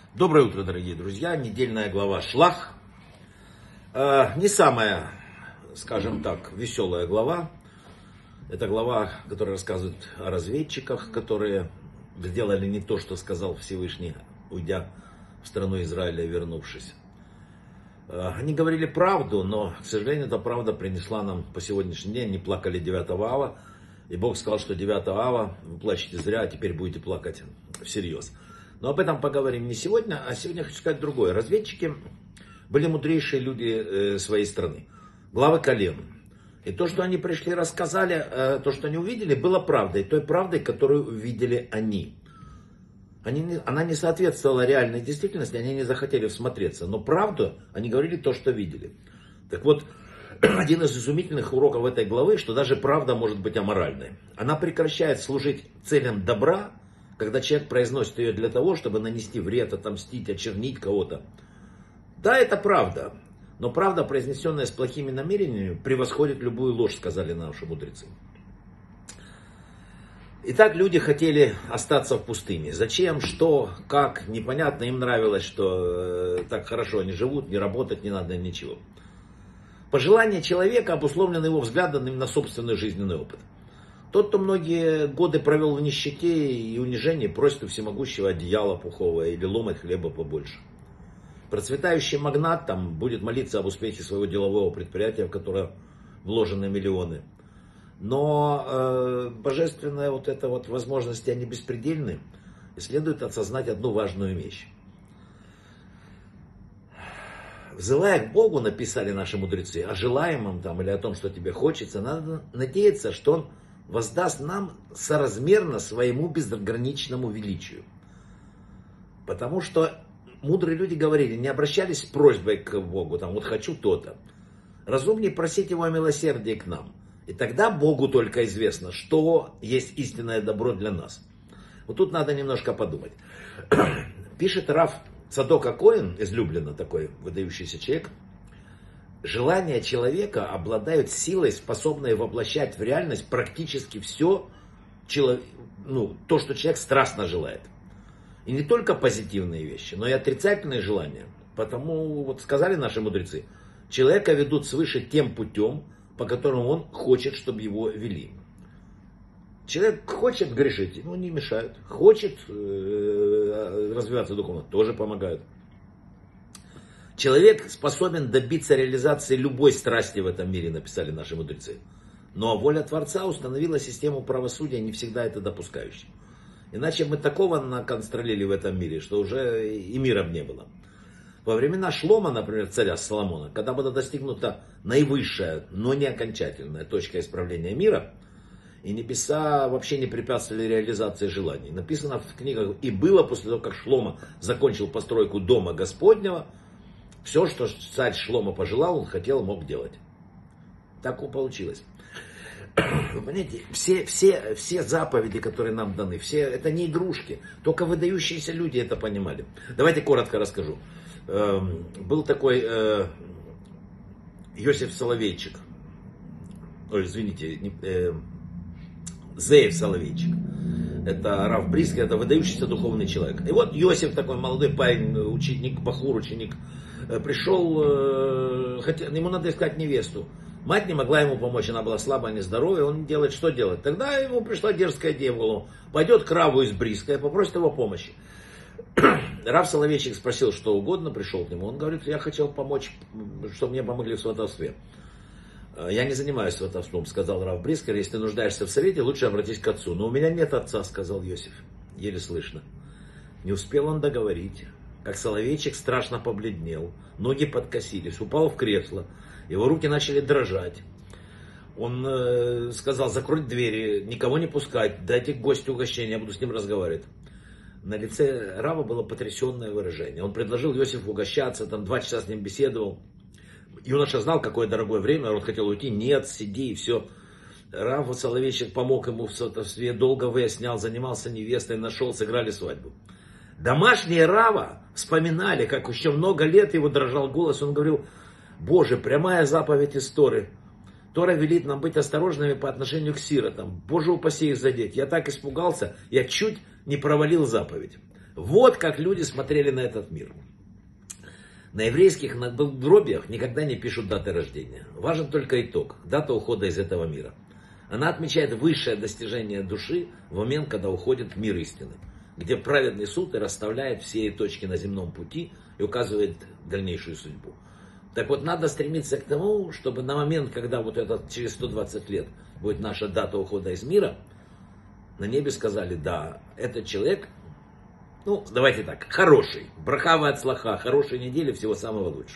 Доброе утро, дорогие друзья. Недельная глава Шлах. Не самая, скажем так, веселая глава. Это глава, которая рассказывает о разведчиках, которые сделали не то, что сказал Всевышний, уйдя в страну Израиля и вернувшись. Они говорили правду, но, к сожалению, эта правда принесла нам по сегодняшний день. Они плакали 9 ава, и Бог сказал, что 9 ава вы плачете зря, а теперь будете плакать всерьез. Но об этом поговорим не сегодня, а сегодня я хочу сказать другое. Разведчики были мудрейшие люди своей страны, главы колен. И то, что они пришли, рассказали, то, что они увидели, было правдой, той правдой, которую увидели они. Она не соответствовала реальной действительности, они не захотели всмотреться. Но правду они говорили то, что видели. Так вот, один из изумительных уроков этой главы, что даже правда может быть аморальной. Она прекращает служить целям добра, когда человек произносит ее для того, чтобы нанести вред, отомстить, очернить кого-то. Да, это правда. Но правда, произнесенная с плохими намерениями, превосходит любую ложь, сказали наши мудрецы. Итак, люди хотели остаться в пустыне. Зачем, что, как, непонятно. Им нравилось, что так хорошо они живут, не работать не надо, ничего. Пожелания человека обусловлены его взглядом на собственный жизненный опыт. Тот, кто многие годы провел в нищете и унижении, просит у всемогущего одеяла пухового или ломоть хлеба побольше. Процветающий магнат там будет молиться об успехе своего делового предприятия, в которое вложены миллионы. Но божественные возможности, они беспредельны. И следует осознать одну важную вещь. Взывая к Богу, написали наши мудрецы, о желаемом там, или о том, что тебе хочется, надо надеяться, что Он воздаст нам соразмерно своему безграничному величию. Потому что мудрые люди говорили, не обращались с просьбой к Богу, там вот хочу то-то. Разумнее просить Его о милосердии к нам. И тогда Богу только известно, что есть истинное добро для нас. Вот тут надо немножко подумать. Пишет Рав Цадок ха-Коэн, излюбленно такой выдающийся человек, желания человека обладают силой, способной воплощать в реальность практически все, то, что человек страстно желает. И не только позитивные вещи, но и отрицательные желания. Потому, вот сказали наши мудрецы, человека ведут свыше тем путем, по которому он хочет, чтобы его вели. Человек хочет грешить, ему не мешают. Хочет развиваться духовно, тоже помогают. Человек способен добиться реализации любой страсти в этом мире, написали наши мудрецы. Но воля Творца установила систему правосудия, не всегда это допускающей. Иначе мы такого наконстролили в этом мире, что уже и мира бы не было. Во времена Шлома, например, царя Соломона, когда была достигнута наивысшая, но не окончательная точка исправления мира, и небеса вообще не препятствовали реализации желаний. Написано в книгах, и было после того, как Шлома закончил постройку дома Господнего, все, что царь Шлома пожелал, он хотел, мог делать. Так и получилось. Вы понимаете, все заповеди, которые нам даны, это не игрушки. Только выдающиеся люди это понимали. Давайте коротко расскажу. Был такой Йосиф Соловейчик. Ой, извините, Зеев Соловейчик. Это Рав Брискер, это выдающийся духовный человек. И вот Йосиф, такой молодой парень, ученик, бахур, ученик, пришел, ему надо искать невесту. Мать не могла ему помочь, она была слабая, нездоровая, он делает, что делать? Тогда ему пришла дерзкая идея в голову. Пойдет к Раву из Бриска и попросит его помощи. Рав Соловейчик спросил, что угодно, пришел к нему. Он говорит, я хотел помочь, чтобы мне помогли в сватовстве. Я не занимаюсь сватовством, сказал Рав Брискер. Если ты нуждаешься в совете, лучше обратись к отцу. Но у меня нет отца, сказал Йосиф. Еле слышно. Не успел он договорить, как Соловейчик страшно побледнел. Ноги подкосились, упал в кресло. Его руки начали дрожать. Он сказал, закрыть двери, никого не пускать, дайте гостю угощение, я буду с ним разговаривать. На лице Рава было потрясенное выражение. Он предложил Йосифу угощаться, 2 часа с ним беседовал. Юноша знал, какое дорогое время, он хотел уйти. Нет, сиди и все. Рав Соловейчик помог ему в сватовстве, долго выяснял, занимался невестой, нашел, сыграли свадьбу. Домашние Рава вспоминали, как еще много лет его дрожал голос. Он говорил, Боже, прямая заповедь из Торы. Тора велит нам быть осторожными по отношению к сиротам. Боже, упаси их задеть. Я так испугался, я чуть не провалил заповедь. Вот как люди смотрели на этот мир. На еврейских надгробиях никогда не пишут даты рождения. Важен только итог, дата ухода из этого мира. Она отмечает высшее достижение души в момент, когда уходит в мир истины, где праведный суд и расставляет все точки на земном пути и указывает дальнейшую судьбу. Так вот, надо стремиться к тому, чтобы на момент, когда вот этот через 120 лет будет наша дата ухода из мира, на небе сказали: да, этот человек, ну, давайте так, хороший, браха ва ацлаха, хорошей недели, всего самого лучшего.